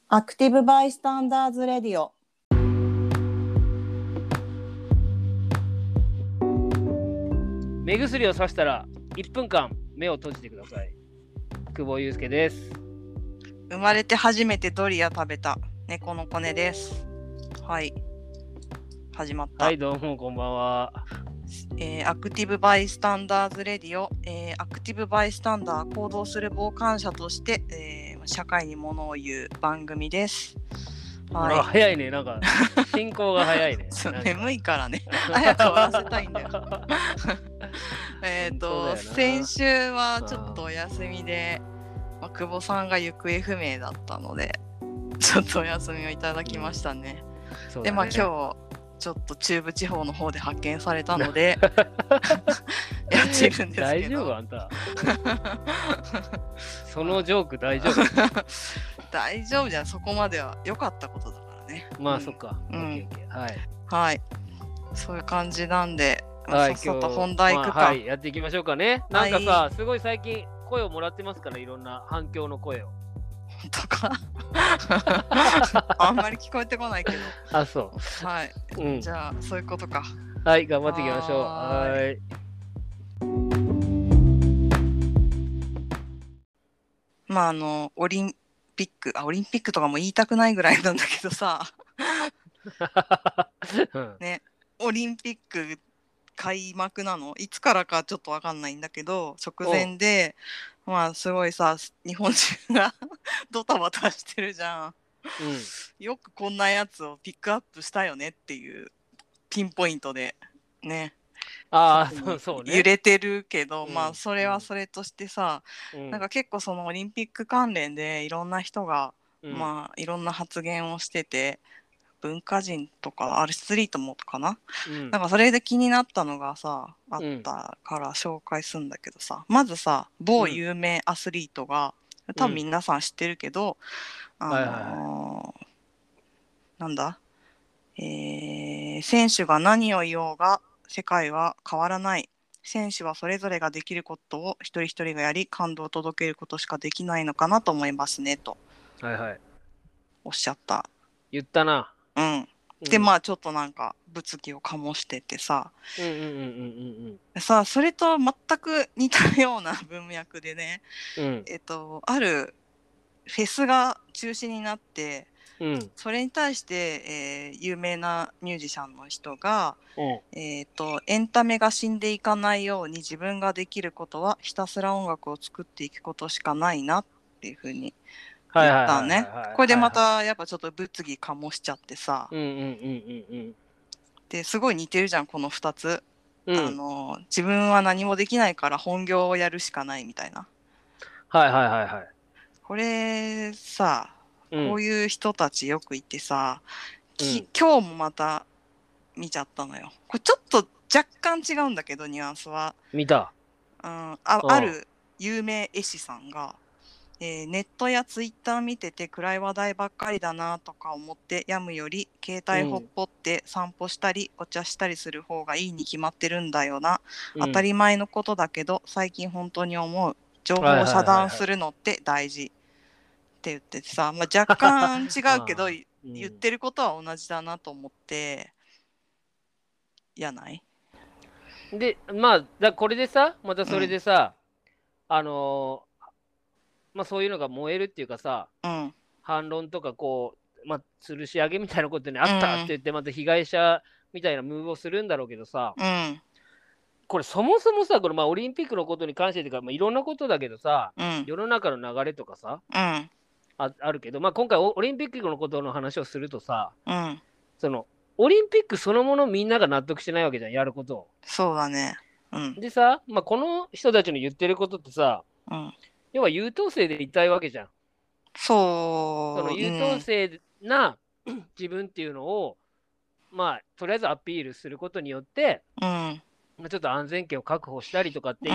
アクティブバイスタンダーズレディオ。 目薬をさしたら1分間目を閉じてください。久保祐介です。 生まれて初めてドリア食べた猫の子ねです。はい、始まった。 はい、どうもこんばんは。 アクティブバイスタンダーズレディオ、アクティブバイスタンダー、行動する傍観者として、社会に物を言う番組です。 はい、早いね、なんか進行が早いね。 眠いからね早く終わらせたいんだよ先週はちょっとお休みで、久保さんが行方不明だったのでちょっとお休みをいただきましたね。で、今日ちょっと中部地方の方で発見されたのでやってるんですけど。 大丈夫あんたそのジョーク大丈夫大丈夫じゃん、そこまでは良かったことだからね。 まあ、そっか、 はい、そういう感じなんで、さっさと本題いくか、 はい、やっていきましょうかね。なんかさ、すごい最近声をもらってますから、いろんな反響の声を。 本当かあんまり聞こえてこないけど。 あ、そう。 はい、じゃあそういうことか。 はい、頑張っていきましょう。はい。 まあオリンピックとかも言いたくないぐらいなんだけどさね、オリンピック開幕なのいつからかちょっと分かんないんだけど、直前でまあすごいさ、日本中がドタバタしてるじゃん、よくこんなやつをピックアップしたよねっていうピンポイントでね、 そうね、 揺れてるけど、まあそれはそれとしてさ、なんか結構そのオリンピック関連でいろんな人が、まあいろんな発言をしてて、文化人とかアスリートもかな、なんかそれで気になったのがさあったから紹介するんだけどさ、まずさ、某有名アスリートが、多分皆さん知ってるけど、なんだ、選手が何を言おうが世界は変わらない、選手はそれぞれができることを一人一人がやり感動を届けることしかできないのかなと思いますねとおっしゃった。 言ったな。 でまあちょっとなんか物議を醸しててさ、さあそれと全く似たような文脈でね、あるフェスが中止になって、それに対して、有名なミュージシャンの人が、エンタメが死んでいかないように自分ができることはひたすら音楽を作っていくことしかないなっていうふうに言ったね。これでまたやっぱちょっと物議醸しちゃってさ、ですごい似てるじゃんこの2つ、自分は何もできないから本業をやるしかないみたいな。これさ、こういう人たちよくいてさ、今日もまた見ちゃったのよ。これちょっと若干違うんだけどニュアンスは。 見た。 ある有名絵師さんが、ネットやツイッター見てて暗い話題ばっかりだなとか思って病むより携帯ほっぽって散歩したりお茶したりする方がいいに決まってるんだよな、当たり前のことだけど最近本当に思う、情報を遮断するのって大事って言っててさ、まあ、若干違うけど言ってることは同じだなと思ってやないで、まあこれでさ、またそれでさ、まあそういうのが燃えるっていうかさ、反論とかこう、まあ吊るし上げみたいなことにあったって言って、また被害者みたいなムーブをするんだろうけどさ、これそもそもさ、これまあオリンピックのことに関してというか、まあ、いろんなことだけどさ、世の中の流れとかさ、あるけど、まあ今回オリンピックのことの話をするとさ、そのオリンピックそのものみんなが納得してないわけじゃん、やることを。 そうだね。 でさ、まあ、この人たちの言ってることってさ、要は優等生でいたいわけじゃん。その優等生な自分っていうのを、まあとりあえずアピールすることによって、まあ、ちょっと安全圏を確保したりとかっていう、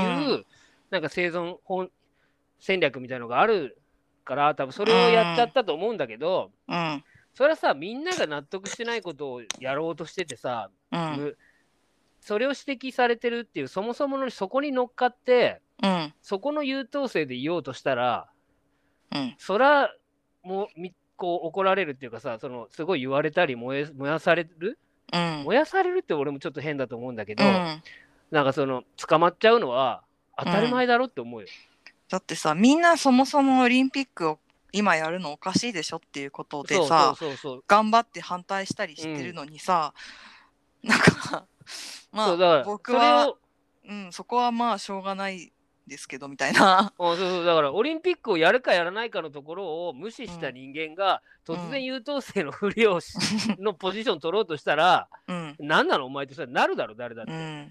なんか生存戦略みたいなのがあるから、多分それをやっちゃったと思うんだけど、それはさ、みんなが納得してないことをやろうとしててさ、それを指摘されてるっていう、そもそものそこに乗っかって、そこの優等生でいようとしたら、そらもうこう怒られるっていうかさ、すごい言われたり燃やされる、燃やされるって俺もちょっと変だと思うんだけど、なんか捕まっちゃうのは当たり前だろって思うよ。 だってさ、みんなそもそもオリンピックを今やるのおかしいでしょっていうことでさ、頑張って反対したりしてるのにさ、なんかまあ僕はそこはまあしょうがないですけどみたいな。 そうだからオリンピックをやるかやらないかのところを無視した人間が、突然優等生のふりをのポジション取ろうとしたら、何なのお前ってそれなるだろ誰だって。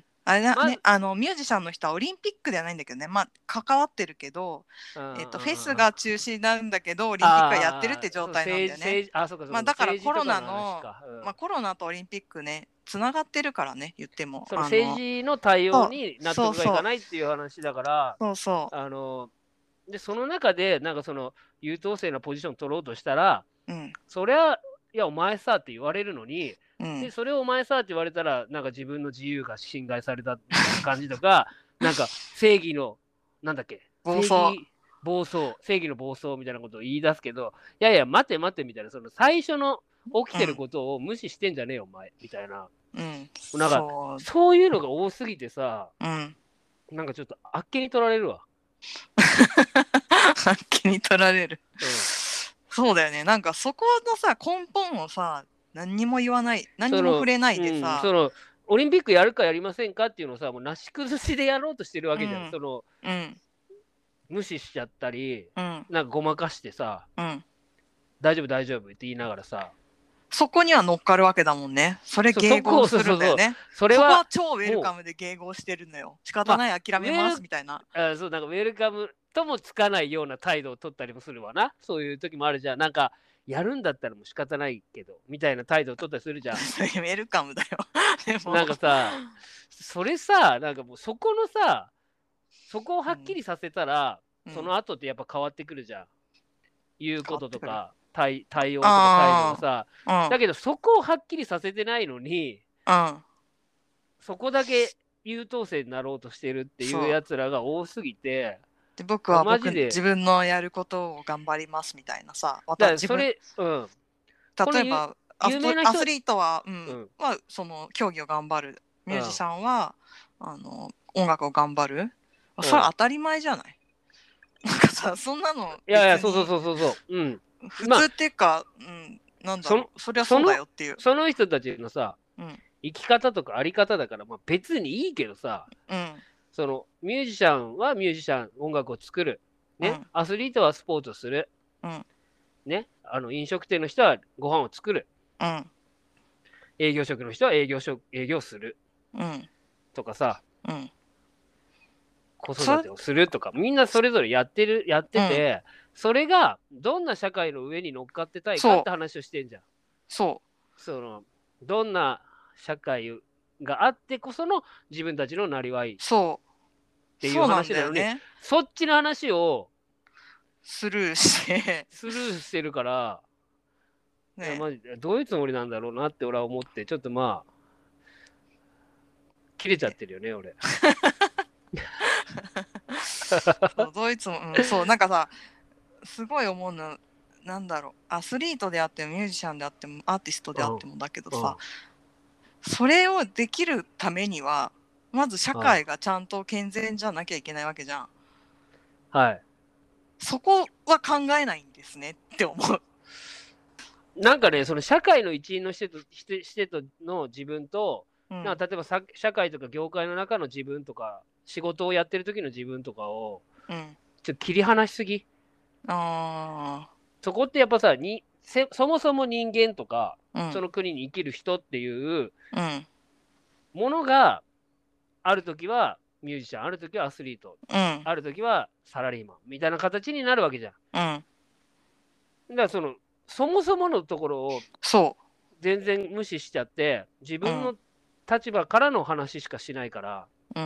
あれだね、ミュージシャンの人はオリンピックではないんだけどね、まあ関わってるけど、フェスが中止なんだけどオリンピックはやってるって状態なんだよね。まあだからコロナの、まあコロナとオリンピックねつながってるからね言っても。 政治の対応に納得がいかないっていう話だから、でその中でなんか優等生なポジション取ろうとしたら、そりゃいやお前さって言われるのに。でそれをお前さって言われたらなんか自分の自由が侵害されたみたいな感じとかなんか正義のなんだっけ正義の暴走みたいなことを言い出すけど、いやいや待て待てみたいな、最初の起きてることを無視してんじゃねえよお前みたいな、なんかそういうのが多すぎてさ、なんかちょっとあっけに取られるわ。 あっけに取られる、そうだよね。なんかそこのさ根本をさ何にも言わない、何にも触れないでさ、 オリンピックやるかやりませんかっていうのをさ、もうなし崩しでやろうとしてるわけじゃん。無視しちゃったり、なんかごまかしてさ、大丈夫大丈夫って言いながらさ、 そこには乗っかるわけだもんね。それ迎合するんだよね。そこは超ウェルカムで迎合してるのよ。仕方ない諦めますみたいな。 そうなんかウェルカムともつかないような態度を取ったりもするわな。そういう時もあるじゃん。なんかやるんだったらもう仕方ないけどみたいな態度を取ったりするじゃん。ウェルカムだよ。 でもなんかさ、それさ、なんかもうそこのさ、そこをはっきりさせたら、その後ってやっぱ変わってくるじゃん。言うこととか対応とか態度がさ、だけどそこをはっきりさせてないのに、そこだけ優等生になろうとしてるっていうやつらが多すぎて。 で僕は自分のやることを頑張りますみたいなさ。 それ、 例えばアスリートは、その競技を頑張る、ミュージシャンは、音楽を頑張る、それは当たり前じゃない。なんかさ、そんなのいやいや、そう、 普通っていうか、なんだろう、そりゃそうだよっていう。 その人たちのさ、生き方とかあり方だから、まあ、別にいいけどさ、ミュージシャンはミュージシャン、音楽を作る、ね、アスリートはスポーツをする、ね、飲食店の人はご飯を作る、営業職の人は営業する、とかさ、子育てをするとか、みんなそれぞれやってて、それがどんな社会の上に乗っかってたいかって話をしてんじゃん。どんな社会があってこその自分たちのなりわいっていう話なのに、そっちの話をスルーしてるから、マジでどういうつもりなんだろうなって俺は思って、ちょっとまあ切れちゃってるよね俺。 ドイツも、そうなんかさすごい思うの、なんだろう、アスリートであってもミュージシャンであってもアーティストであってもだけどさ、それをできるためにはまず社会がちゃんと健全じゃなきゃいけないわけじゃん。そこは考えないんですねって思う。 なんかね、その社会の一員のしての自分と、なんか例えば社会とか業界の中の自分とか仕事をやってる時の自分とかを、ちょっと切り離しすぎ。そこってやっぱさそもそも人間とか、その国に生きる人っていうものがある時はミュージシャン、ある時はアスリート、ある時はサラリーマンみたいな形になるわけじゃん。だからそもそものところを全然無視しちゃって自分の立場からの話しかしないから、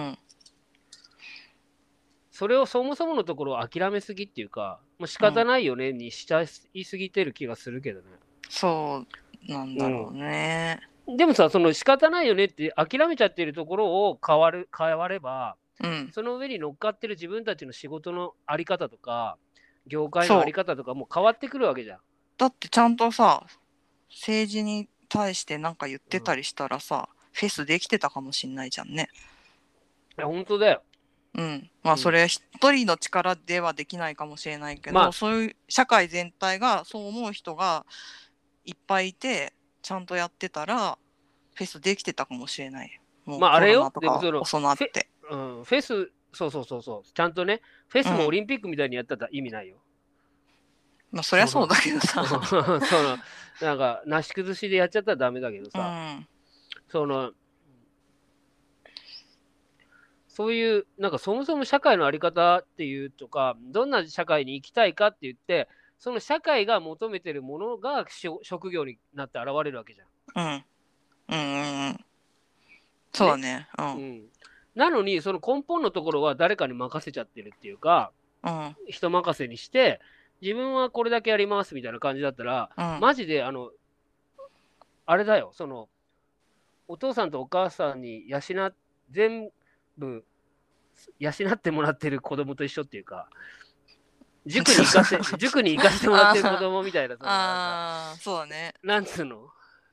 それをそもそものところを諦めすぎっていうか、もう仕方ないよねにしちゃいすぎてる気がするけどね。 そうなんだろうね。 でもさ、その仕方ないよねって諦めちゃってるところを変われば、その上に乗っかってる自分たちの仕事のあり方とか業界のあり方とかも変わってくるわけじゃん。 だってちゃんとさ、政治に対して何か言ってたりしたらさ、フェスできてたかもしんないじゃんね。 いや、本当だよ。 まあそれ一人の力ではできないかもしれないけど、そういう社会全体がそう思う人がいっぱいいてちゃんとやってたらフェスできてたかもしれない。もうコロナとか遅なって。 フェス、そう。ちゃんとね、フェスもオリンピックみたいにやったら意味ないよ。 まあそりゃそうだけどさ。 なんか、なし崩しでやっちゃったらダメだけどさ、そういう、なんかそもそも社会のあり方っていうとか、どんな社会に生きたいかって言って、その社会が求めてるものが職業になって現れるわけじゃん。 そうだね。 なのに、その根本のところは誰かに任せちゃってるっていうか、人任せにして、自分はこれだけやりますみたいな感じだったら、マジで、あれだよ、お父さんとお母さんに全部養ってもらってる子供と一緒っていうか、塾に行かせてもらってる子供みたいな。 そうだね。 なんつうの、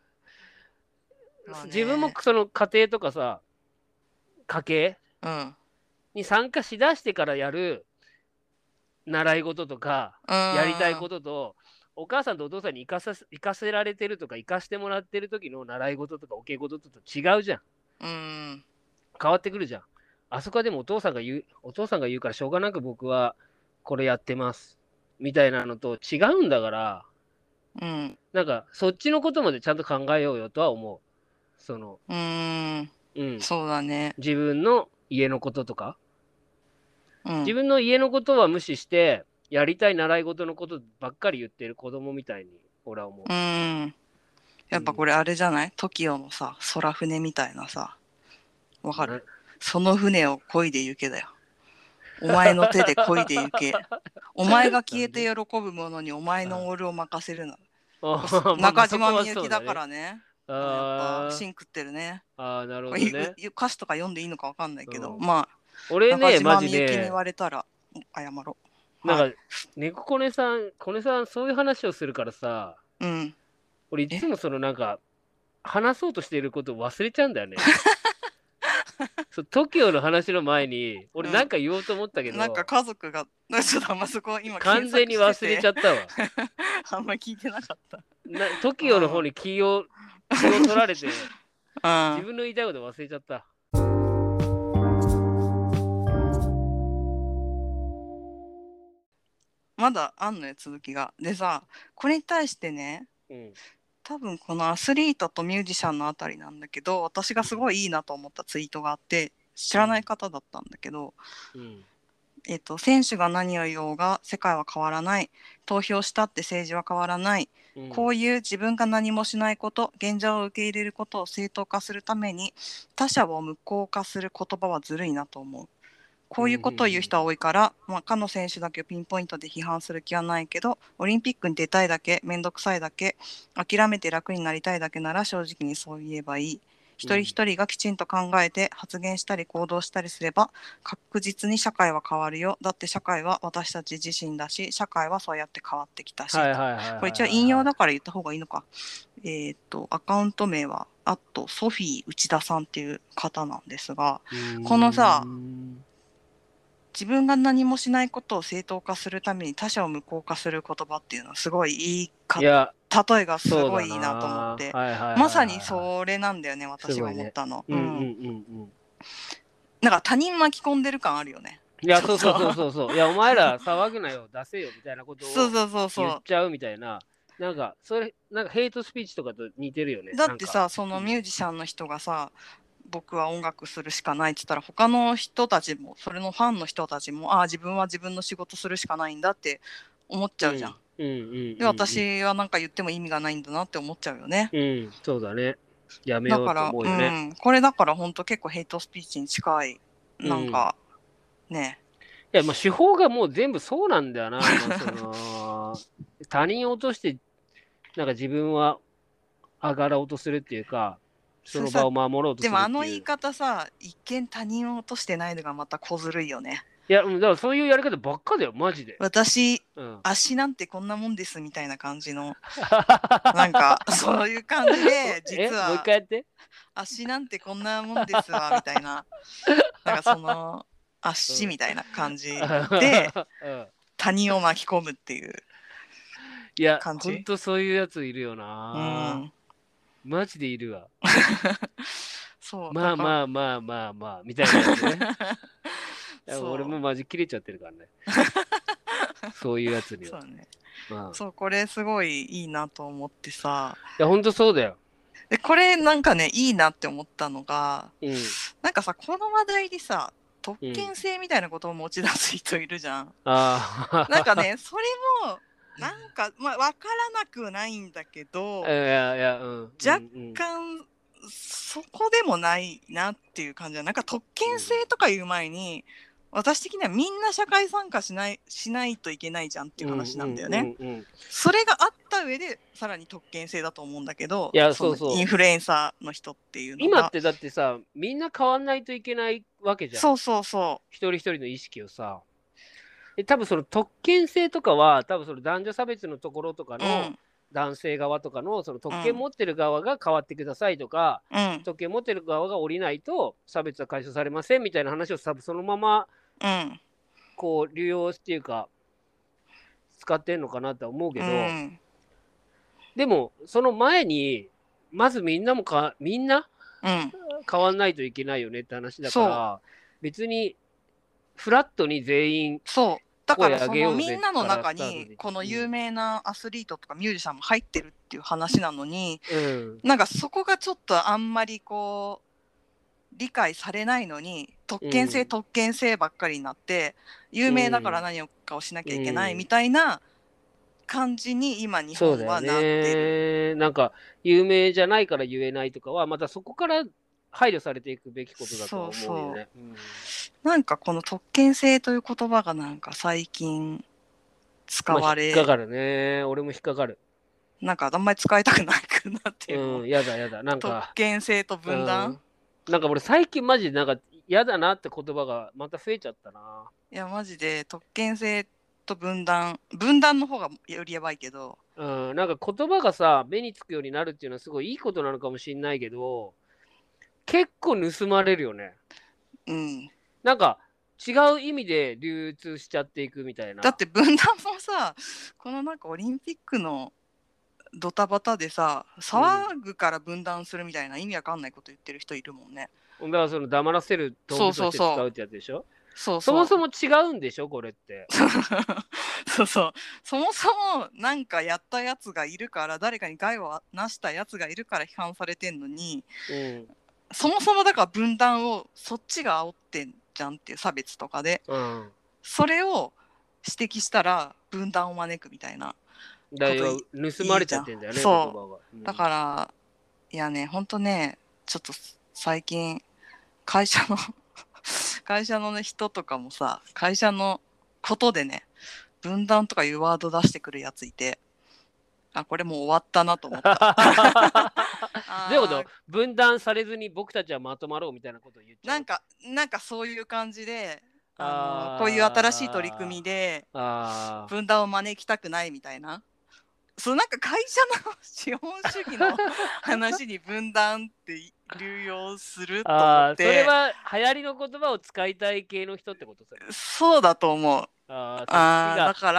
自分もその家庭とかさ、家計に参加しだしてからやる習い事とか、やりたいことと、お母さんとお父さんに生かせられてるとか、生かしてもらってる時の習い事とか、お稽古事と違うじゃん。変わってくるじゃん。あそこはでもお父さんが言うからしょうがなく僕はこれやってますみたいなのと違うんだから、なんかそっちのことまでちゃんと考えようよとは思う。 そうだね。 自分の家のこととか、自分の家のことは無視してやりたい習い事のことばっかり言ってる子供みたいに俺は思う。 やっぱこれあれじゃない？ TOKIO のさ、空船みたいなさ、わかる？その船を漕いで行けだよ。お前の手で漕いで行け。お前が消えて喜ぶものにお前のオールを任せるな。中島みゆきだからね。やっぱ芯食ってるね。 なるほどね。 歌詞とか読んでいいのかわかんないけど、まあ俺ね、マジで中島みゆきに言われたら謝ろう。なんか猫コネさんそういう話をするからさ、俺いつもなんか話そうとしていることを忘れちゃうんだよね。TOKIO の話の前に俺なんか言おうと思ったけど、 なんか家族がちょっとあんまそこ今完全に忘れちゃったわ。 あんま聞いてなかった。 TOKIO の方に気を取られて自分の言いたいこと忘れちゃった。 まだあんのよ続きが。でさ、これに対してね、多分このアスリートとミュージシャンのあたりなんだけど、私がすごいいいなと思ったツイートがあって、知らない方だったんだけど、選手が何を言おうが世界は変わらない、投票したって政治は変わらない、こういう自分が何もしないこと、現状を受け入れることを正当化するために他者を無効化する言葉はずるいなと思う。こういうことを言う人は多いから、他の選手だけをピンポイントで批判する気はないけど、オリンピックに出たいだけ、めんどくさいだけ、諦めて楽になりたいだけなら正直にそう言えばいい。一人一人がきちんと考えて発言したり行動したりすれば確実に社会は変わるよ。だって社会は私たち自身だし、社会はそうやって変わってきたし。これ一応引用だから言った方がいいのか。アカウント名はソフィー内田さんっていう方なんですが、このさ、自分が何もしないことを正当化するために他者を無効化する言葉っていうのはすごいいい例えがすごいいいなと思って、まさにそれなんだよね、私が思ったの。なんか他人巻き込んでる感あるよね。 いや、そう。いや、お前ら騒ぐなよ、出せよみたいなことを言っちゃうみたいな。なんかヘイトスピーチとかと似てるよね。 だってさ、そのミュージシャンの人がさ、僕は音楽するしかないって言ったら他の人たちも、それのファンの人たちも、自分は自分の仕事するしかないんだって思っちゃうじゃん。で、私はなんか言っても意味がないんだなって思っちゃうよね。 そうだね。やめようと思うよね。 これだから本当結構ヘイトスピーチに近い、なんかね。 いや、手法がもう全部そうなんだよな。他人を落としてなんか自分は上がろうとするっていうか、その場を守ろうとするっていう。 でもあの言い方さ、一見他人を落としてないのがまた小ずるいよね。 いいや、だからそういうやり方ばっかだよ、マジで。 私、足なんてこんなもんですみたいな感じの、なんかそういう感じで、実はもう一回やって。 足なんてこんなもんですわみたいな、なんかその足みたいな感じで他人を巻き込むっていういや、ほんとそういうやついるよな。マジでいるわ。そうまあまあまあまあまあみたいなやつね。俺もマジ切れちゃってるからね。そういうやつには。そうね。 そう、これすごいいいなと思ってさ。 いや、ほんとそうだよ。 で、これなんかね、いいなって思ったのが、なんかさ、この話題にさ、特権性みたいなことを持ち出す人いるじゃん。なんかね、それも、なんか、まあ、わからなくないんだけど、若干、そこでもないなっていう感じは、なんか特権性とかいう前に、私的にはみんな社会参加しないといけないじゃんっていう話なんだよね。それがあった上でさらに特権性だと思うんだけど、 いやそうそうインフルエンサーの人っていうのが今ってだってさ、みんな変わんないといけないわけじゃん。 そうそうそう。 一人一人の意識をさ。多分その特権性とかは多分その男女差別のところとかの男性側とかのその特権持ってる側が変わってくださいとか、特権持ってる側が降りないと差別は解消されませんみたいな話を多分そのままこう流用っていうか使ってんのかなとは思うけど、でもその前にまずみんな変わんないといけないよねって話だから、別にフラットに全員だからそのみんなの中にこの有名なアスリートとかミュージシャンも入ってるっていう話なのに、なんかそこがちょっとあんまりこう理解されないのに特権性ばっかりになって有名だから何かをしなきゃいけないみたいな感じに今日本はなってる。 なんか有名じゃないから言えないとかはまたそこから配慮されていくべきことだと思うよね。 なんかこの特権性という言葉がなんか最近使われ、 引っかかるね。俺も引っかかる。 なんかあんまり使いたくなくなってる。 やだ。なんか特権性と分断、 なんか俺最近マジでなんか嫌だなって言葉がまた増えちゃったな。 いやマジで特権性と分断の方がよりやばいけど、 なんか言葉がさ目につくようになるっていうのはすごいいいことなのかもしれないけど、結構盗まれるよね。なんか違う意味で流通しちゃっていくみたいな。 だって分断もさ、このなんかオリンピックのドタバタでさ、騒ぐから分断するみたいな意味わかんないこと言ってる人いるもんね。 だからその黙らせる道具として使うってやつでしょ。そもそも違うんでしょこれって。 そもそもなんかやったやつがいるから、誰かに害をなしたやつがいるから批判されてんのに、そもそもだから分断をそっちが煽ってんじゃんっていう、差別とかで、それを指摘したら分断を招くみたいな盗まれちゃってんだよね。 だからいやね、ほんとね、ちょっと最近会社の、ね、人とかもさ、会社のことでね、分断とかいうワード出してくるやついて、これもう終わったなと思った。 どういうこと？分断されずに僕たちはまとまろうみたいなことを言っちゃう。 なんかそういう感じで、こういう新しい取り組みで分断を招きたくないみたいな。なんか会社の資本主義の話に分断って流用すると思って。 それは流行りの言葉を使いたい系の人ってこと？ そうだと思う。だから、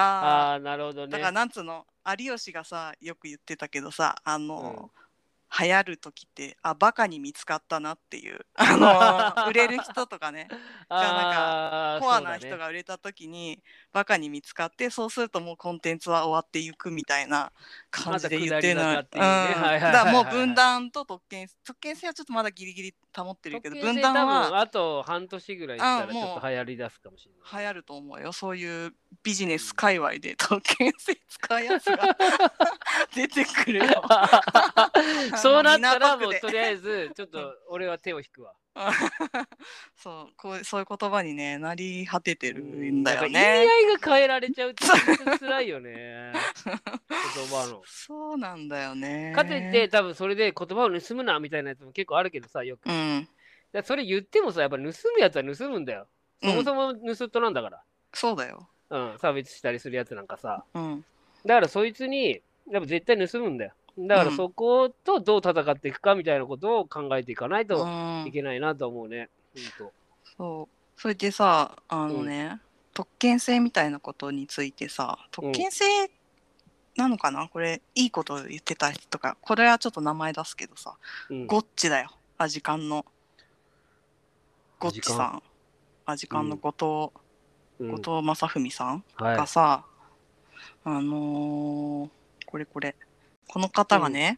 なるほどね。 だからなんつうの、有吉がさよく言ってたけどさ、流行る時ってバカに見つかったなっていう、売れる人とかねがなんかコアな人が売れた時にバカに見つかって、そうするともうコンテンツは終わっていくみたいな感じで言ってるの。だからもう分断と特権性はちょっとまだギリギリ保ってるけど、分断はあと半年ぐらいしたらちょっと流行りだすかもしれない。 流行ると思うよ。そういうビジネス界隈で特権性使うやつが出てくるよ。 そうなったらもうとりあえずちょっと俺は手を引くわ。 そういう言葉にねなり果ててるんだよね。 意味合いが変えられちゃうって辛いよね。言葉の。 そうなんだよね。 かといって多分それで言葉を盗むなみたいなやつも結構あるけどさ、よく。それ言ってもさ、やっぱ盗むやつは盗むんだよ。 そもそも盗っ人なんだから。 そうだよ。 差別したりするやつなんかさ。だからそいつに、やっぱ絶対盗むんだよ。だからそことどう戦っていくかみたいなことを考えていかないといけないなと思うね。 そう。それでさ、特権性みたいなことについてさ、特権性なのかな、これいいこと言ってた人とか、これはちょっと名前出すけどさ、ゴッチだよ。アジカンのゴッチさん。アジカンの後藤正文さんがさ、この方がね、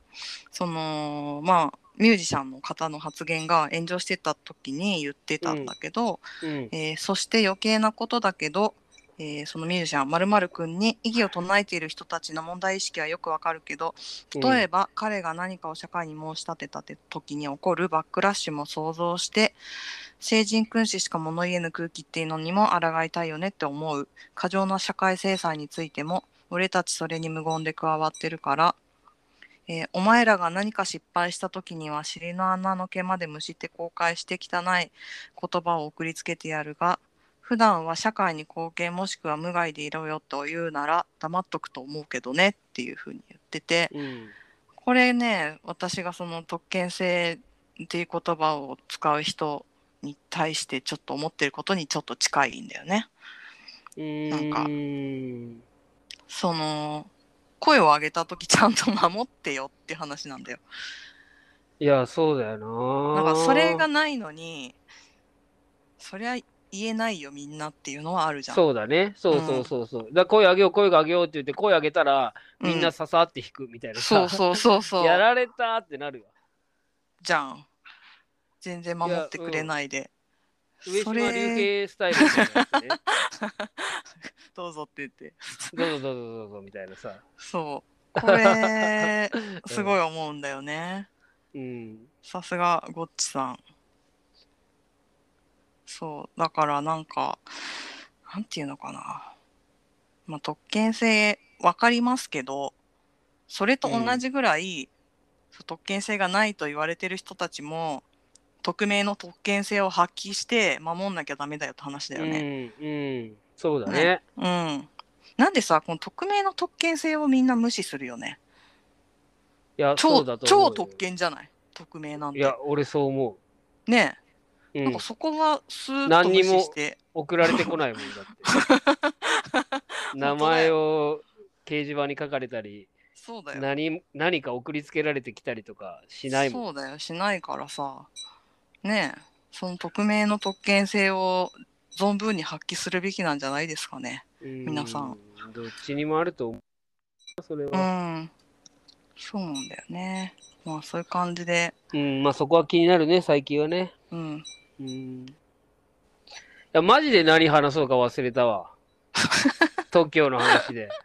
ミュージシャンの方の発言が炎上してた時に言ってたんだけど、そして余計なことだけど、そのミュージシャン〇〇くんに異議を唱えている人たちの問題意識はよくわかるけど、例えば彼が何かを社会に申し立てた時に起こるバックラッシュも想像して、聖人君子しか物言えぬ空気っていうのにも抗いたいよねって思う。過剰な社会制裁についても俺たちそれに無言で加わってるから、お前らが何か失敗した時には尻の穴の毛までむしって後悔して汚い言葉を送りつけてやるが、普段は社会に貢献もしくは無害でいろよと言うなら黙っとくと思うけどねっていうふうに言ってて、これね、私がその特権性っていう言葉を使う人に対してちょっと思ってることにちょっと近いんだよね。なんかその声を上げた時ちゃんと守ってよって話なんだよ。 いや、そうだよな。 なんかそれがないのに、そりゃ言えないよみんなっていうのはあるじゃん。 そうだね。そう。だ声上げようって言って声上げたら、みんなささって引くみたいなさ。 そう。 やられたってなるよ。 じゃん。全然守ってくれないで。 上島竜兵スタイルみたいなやつね。 どうぞって言って。 どうぞみたいなさ。 そう。これ、すごい思うんだよね。さすがゴッチさん。そう。だからなんていうのかな。特権性わかりますけど、それと同じぐらい、特権性がないと言われてる人たちも、匿名の特権性を発揮して守んなきゃダメだよって話だよね。 そうだね。 なんでさ、この匿名の特権性をみんな無視するよね。 いや、そうだと思う。 超特権じゃない、匿名なんて。 いや、俺そう思う。 ねえ。なんかそこがスーッと無視して。 何にも送られてこないもんだって。名前を掲示板に書かれたり、 そうだよ。 何か送りつけられてきたりとかしないもん。 そうだよ、しないからさ。ねえ、その匿名の特権性を存分に発揮するべきなんじゃないですかね、皆さん。 どっちにもあると思う。それは。 そうなんだよね。そういう感じで。 そこは気になるね、最近はね。いや、マジで何話そうか忘れたわ。東京の話で。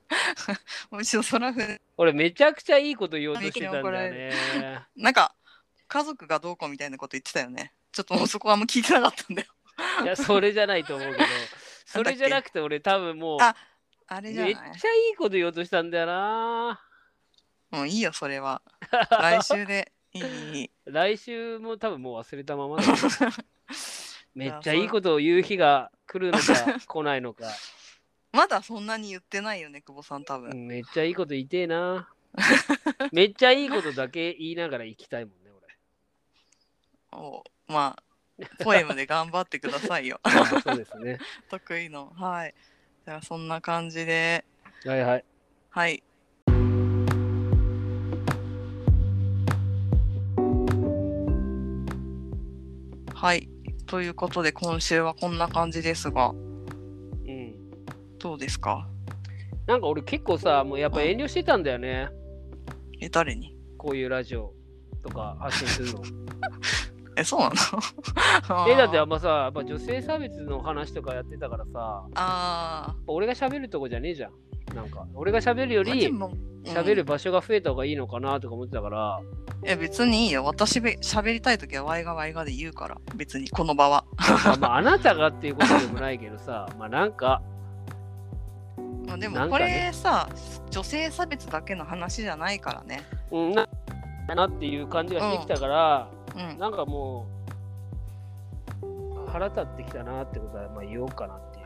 俺めちゃくちゃいいこと言おうとしてたんだよね。 なんか家族がどうこうみたいなこと言ってたよね。ちょっともうそこはあんま聞いてなかったんだよ。 いや、それじゃないと思うけど、それじゃなくて俺多分もう、 あれじゃない、 めっちゃいいこと言おうとしたんだよな。 もういいよ、それは。来週でいい。 来週も多分もう忘れたままだ。めっちゃいいことを言う日が来るのか来ないのか。 まだそんなに言ってないよね、久保さん多分。 めっちゃいいこと言いてえな。めっちゃいいことだけ言いながら行きたいもんね、 俺。ポエムで頑張ってくださいよ。 そうですね。 得意の。はい。じゃあそんな感じで。 はい。 はい。はい。ということで今週はこんな感じですが。どうですか？ なんか俺結構さ、もうやっぱ遠慮してたんだよね。 誰に？ こういうラジオとか発信するの。 そうなの？ だってやっぱさ、やっぱ女性差別の話とかやってたからさ、俺が喋るとこじゃねえじゃん。なんか俺が喋るより喋る場所が増えた方がいいのかなとか思ってたから。 別にいいよ。私喋りたいときはワイがで言うから、別にこの場は。 あなたがっていうことでもないけどさ、なんか。 でもこれさ、女性差別だけの話じゃないからね。 なっていう感じがしてきたから、なんかもう腹立ってきたなってことはまあ言おうかなっていう。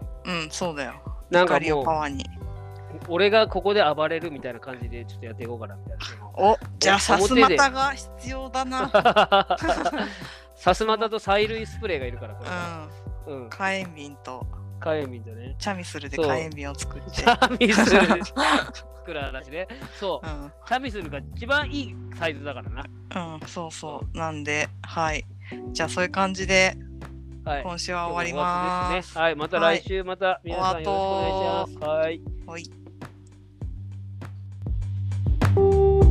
うん、そうだよ。 なんかもう俺がここで暴れるみたいな感じでちょっとやっていこうかなみたいな。 お、じゃあさすまたが必要だな。 さすまたと催涙スプレーがいるからこれ。うん。火炎瓶と。 火炎瓶とね。 チャミスルで火炎瓶を作って。 チャミスルで作らだしね。そう。チャミスルが一番いいサイズだからな。 うん、そうそう。なんで、はい。じゃあそういう感じで、今週は終わります。 はい、また来週また皆さんよろしくお願いします。はい。 はい。